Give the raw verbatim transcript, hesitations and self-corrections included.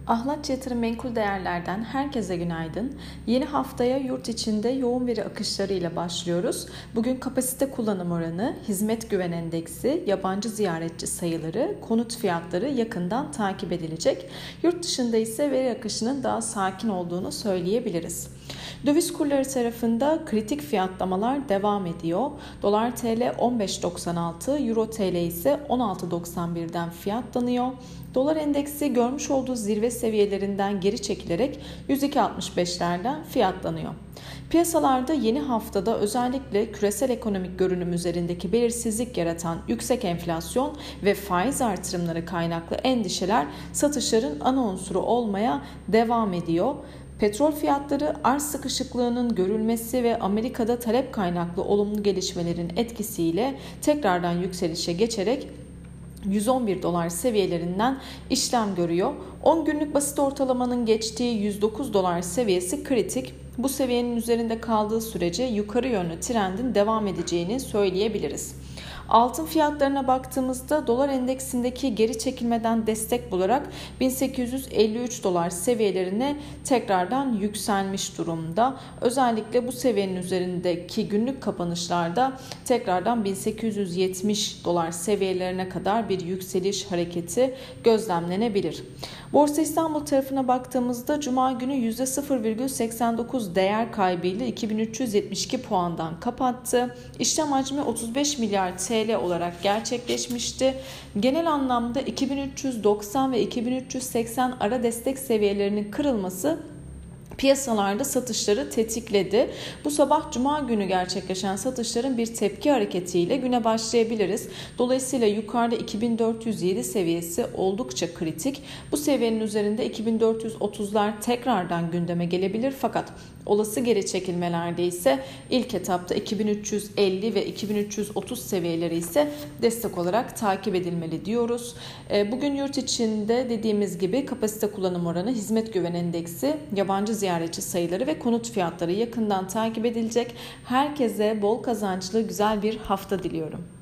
Ahlatçı Yatırım Menkul Değerler'den herkese günaydın. Yeni haftaya yurt içinde yoğun veri akışlarıyla başlıyoruz. Bugün kapasite kullanım oranı, hizmet güven endeksi, yabancı ziyaretçi sayıları, konut fiyatları yakından takip edilecek. Yurt dışında ise veri akışının daha sakin olduğunu söyleyebiliriz. Döviz kurları tarafında kritik fiyatlamalar devam ediyor. Dolar T L on beş doksan altı, Euro T L ise on altı doksan birden fiyatlanıyor. Dolar endeksi görmüş olduğu zirve seviyelerinden geri çekilerek yüz iki virgül altmış beşlerden fiyatlanıyor. Piyasalarda yeni haftada özellikle küresel ekonomik görünüm üzerindeki belirsizlik yaratan yüksek enflasyon ve faiz artırımları kaynaklı endişeler satışların ana unsuru olmaya devam ediyor. Petrol fiyatları arz sıkışıklığının görülmesi ve Amerika'da talep kaynaklı olumlu gelişmelerin etkisiyle tekrardan yükselişe geçerek yüz on bir dolar seviyelerinden işlem görüyor. on günlük basit ortalamanın geçtiği yüz dokuz dolar seviyesi kritik. Bu seviyenin üzerinde kaldığı sürece yukarı yönlü trendin devam edeceğini söyleyebiliriz. Altın fiyatlarına baktığımızda dolar endeksindeki geri çekilmeden destek bularak bin sekiz yüz elli üç dolar seviyelerine tekrardan yükselmiş durumda. Özellikle bu seviyenin üzerindeki günlük kapanışlarda tekrardan bin sekiz yüz yetmiş dolar seviyelerine kadar bir yükseliş hareketi gözlemlenebilir. Borsa İstanbul tarafına baktığımızda Cuma günü yüzde sıfır virgül seksen dokuz değer kaybıyla iki bin üç yüz yetmiş iki puandan kapattı. İşlem hacmi otuz beş milyar T L olarak gerçekleşmişti. Genel anlamda iki bin üç yüz doksan ve iki bin üç yüz seksen ara destek seviyelerinin kırılması piyasalarda satışları tetikledi. Bu sabah Cuma günü gerçekleşen satışların bir tepki hareketiyle güne başlayabiliriz. Dolayısıyla yukarıda iki bin dört yüz yedi seviyesi oldukça kritik. Bu seviyenin üzerinde iki bin dört yüz otuzlar tekrardan gündeme gelebilir fakat olası geri çekilmelerde ise ilk etapta iki bin üç yüz elli ve iki bin üç yüz otuz seviyeleri ise destek olarak takip edilmeli diyoruz. Bugün yurt içinde dediğimiz gibi kapasite kullanım oranı, hizmet güven endeksi, yabancı ziyaretçi sayıları ve konut fiyatları yakından takip edilecek. Herkese bol kazançlı güzel bir hafta diliyorum.